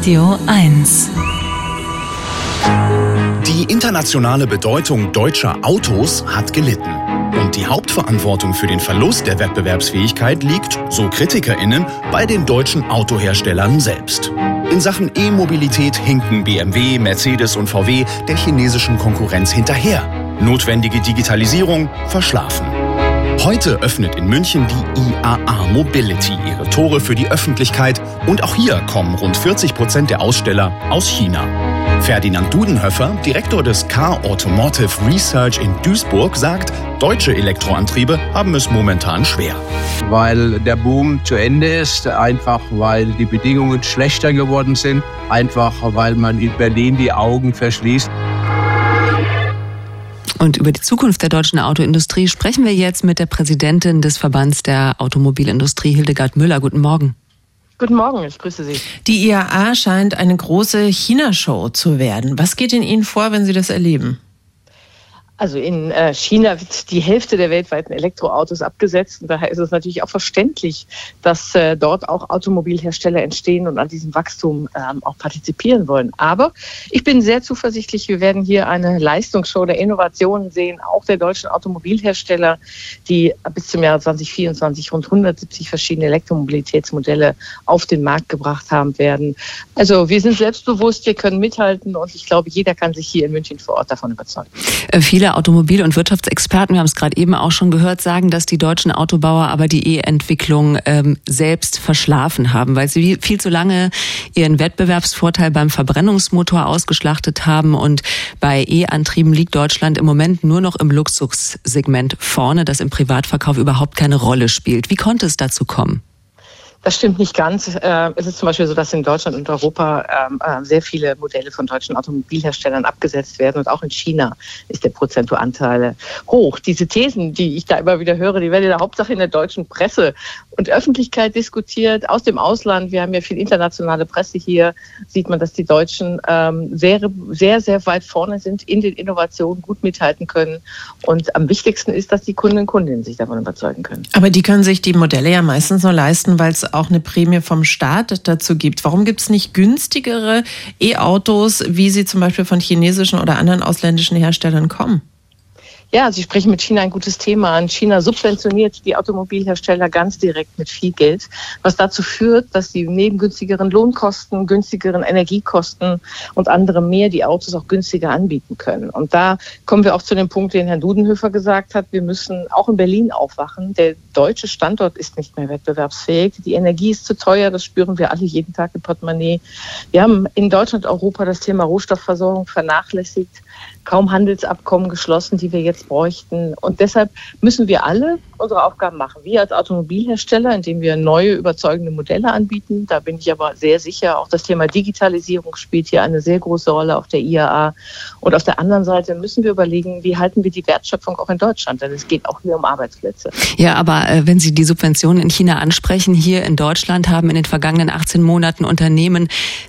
Radio 1. Die internationale Bedeutung deutscher Autos hat gelitten. Und die Hauptverantwortung für den Verlust der Wettbewerbsfähigkeit liegt, so KritikerInnen, bei den deutschen Autoherstellern selbst. In Sachen E-Mobilität hinken BMW, Mercedes und VW der chinesischen Konkurrenz hinterher. Notwendige Digitalisierung verschlafen. Heute öffnet in München die IAA Mobility ihre Tore für die Öffentlichkeit und auch hier kommen rund 40% der Aussteller aus China. Ferdinand Dudenhöfer, Direktor des Car Automotive Research in Duisburg, sagt, deutsche Elektroantriebe haben es momentan schwer. Weil der Boom zu Ende ist, einfach weil die Bedingungen schlechter geworden sind, einfach weil man in Berlin die Augen verschließt. Und über die Zukunft der deutschen Autoindustrie sprechen wir jetzt mit der Präsidentin des Verbands der Automobilindustrie, Hildegard Müller. Guten Morgen. Guten Morgen, ich grüße Sie. Die IAA scheint eine große China-Show zu werden. Was geht in Ihnen vor, wenn Sie das erleben? Also in China wird die Hälfte der weltweiten Elektroautos abgesetzt. Und daher ist es natürlich auch verständlich, dass dort auch Automobilhersteller entstehen und an diesem Wachstum auch partizipieren wollen. Aber ich bin sehr zuversichtlich, wir werden hier eine Leistungsshow der Innovationen sehen, auch der deutschen Automobilhersteller, die bis zum Jahr 2024 rund 170 verschiedene Elektromobilitätsmodelle auf den Markt gebracht haben werden. Also wir sind selbstbewusst, wir können mithalten und ich glaube, jeder kann sich hier in München vor Ort davon überzeugen. Viele Automobil- und Wirtschaftsexperten, wir haben es gerade eben auch schon gehört, sagen, dass die deutschen Autobauer aber die E-Entwicklung selbst verschlafen haben, weil sie viel zu lange ihren Wettbewerbsvorteil beim Verbrennungsmotor ausgeschlachtet haben. Und bei E-Antrieben liegt Deutschland im Moment nur noch im Luxussegment vorne, das im Privatverkauf überhaupt keine Rolle spielt. Wie konnte es dazu kommen? Das stimmt nicht ganz. Es ist zum Beispiel so, dass in Deutschland und Europa sehr viele Modelle von deutschen Automobilherstellern abgesetzt werden und auch in China ist der Prozentuanteil hoch. Diese Thesen, die ich da immer wieder höre, die werden in der Hauptsache in der deutschen Presse und Öffentlichkeit diskutiert, aus dem Ausland. Wir haben ja viel internationale Presse hier, sieht man, dass die Deutschen sehr, sehr weit vorne sind in den Innovationen, gut mithalten können und am wichtigsten ist, dass die Kunden und Kundinnen sich davon überzeugen können. Aber die können sich die Modelle ja meistens nur leisten, weil es auch eine Prämie vom Staat dazu gibt. Warum gibt es nicht günstigere E-Autos, wie sie zum Beispiel von chinesischen oder anderen ausländischen Herstellern kommen? Ja, Sie sprechen mit China ein gutes Thema an. China subventioniert die Automobilhersteller ganz direkt mit viel Geld, was dazu führt, dass sie neben günstigeren Lohnkosten, günstigeren Energiekosten und anderem mehr die Autos auch günstiger anbieten können. Und da kommen wir auch zu dem Punkt, den Herrn Dudenhöfer gesagt hat. Wir müssen auch in Berlin aufwachen. Der deutsche Standort ist nicht mehr wettbewerbsfähig. Die Energie ist zu teuer. Das spüren wir alle jeden Tag im Portemonnaie. Wir haben in Deutschland und Europa das Thema Rohstoffversorgung vernachlässigt. Kaum Handelsabkommen geschlossen, die wir jetzt bräuchten. Und deshalb müssen wir alle unsere Aufgaben machen. Wir als Automobilhersteller, indem wir neue, überzeugende Modelle anbieten. Da bin ich aber sehr sicher, auch das Thema Digitalisierung spielt hier eine sehr große Rolle auf der IAA. Und auf der anderen Seite müssen wir überlegen, wie halten wir die Wertschöpfung auch in Deutschland? Denn es geht auch hier um Arbeitsplätze. Ja, aber wenn Sie die Subventionen in China ansprechen, hier in Deutschland haben in den vergangenen 18 Monaten Unternehmen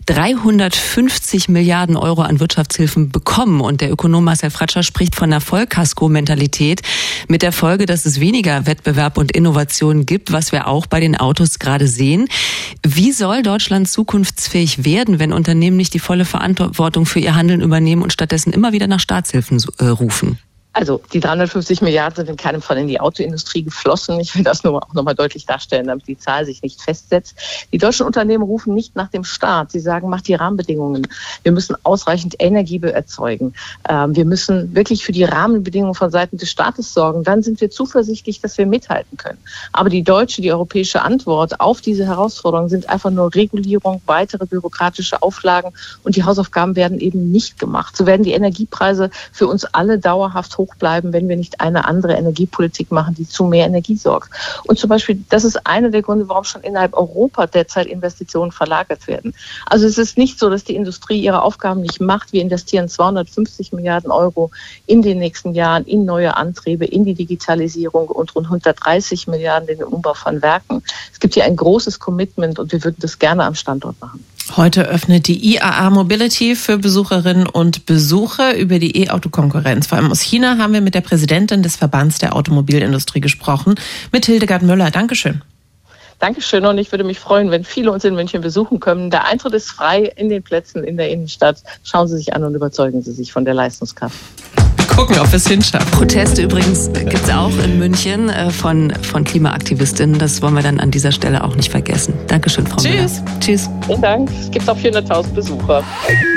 350 Milliarden Euro an Wirtschaftshilfen bekommen. Und der Ökonom Marcel Fratscher spricht von einer Vollkasko-Mentalität mit der Folge, dass es weniger Wettbewerb und Innovation gibt, was wir auch bei den Autos gerade sehen. Wie soll Deutschland zukunftsfähig werden, wenn Unternehmen nicht die volle Verantwortung für ihr Handeln übernehmen und stattdessen immer wieder nach Staatshilfen rufen? Also die 350 Milliarden sind in keinem Fall in die Autoindustrie geflossen. Ich will das nur auch nochmal deutlich darstellen, damit die Zahl sich nicht festsetzt. Die deutschen Unternehmen rufen nicht nach dem Staat. Sie sagen, macht die Rahmenbedingungen. Wir müssen ausreichend Energie erzeugen. Wir müssen wirklich für die Rahmenbedingungen von Seiten des Staates sorgen. Dann sind wir zuversichtlich, dass wir mithalten können. Aber die europäische Antwort auf diese Herausforderungen sind einfach nur Regulierung, weitere bürokratische Auflagen und die Hausaufgaben werden eben nicht gemacht. So werden die Energiepreise für uns alle dauerhaft hoch bleiben, wenn wir nicht eine andere Energiepolitik machen, die zu mehr Energie sorgt. Und zum Beispiel, das ist einer der Gründe, warum schon innerhalb Europa derzeit Investitionen verlagert werden. Also es ist nicht so, dass die Industrie ihre Aufgaben nicht macht. Wir investieren 250 Milliarden Euro in den nächsten Jahren in neue Antriebe, in die Digitalisierung und rund 130 Milliarden in den Umbau von Werken. Es gibt hier ein großes Commitment und wir würden das gerne am Standort machen. Heute öffnet die IAA Mobility für Besucherinnen und Besucher über die E-Auto-Konkurrenz. Vor allem aus China haben wir mit der Präsidentin des Verbands der Automobilindustrie gesprochen, mit Hildegard Müller. Dankeschön. Dankeschön, und ich würde mich freuen, wenn viele uns in München besuchen können. Der Eintritt ist frei in den Plätzen in der Innenstadt. Schauen Sie sich an und überzeugen Sie sich von der Leistungskraft. Gucken, ob wir es hinschaffen. Proteste übrigens gibt es auch in München von Klimaaktivistinnen. Das wollen wir dann an dieser Stelle auch nicht vergessen. Dankeschön, Frau Müller. Tschüss. Tschüss. Vielen Dank. Es gibt auch 400.000 Besucher.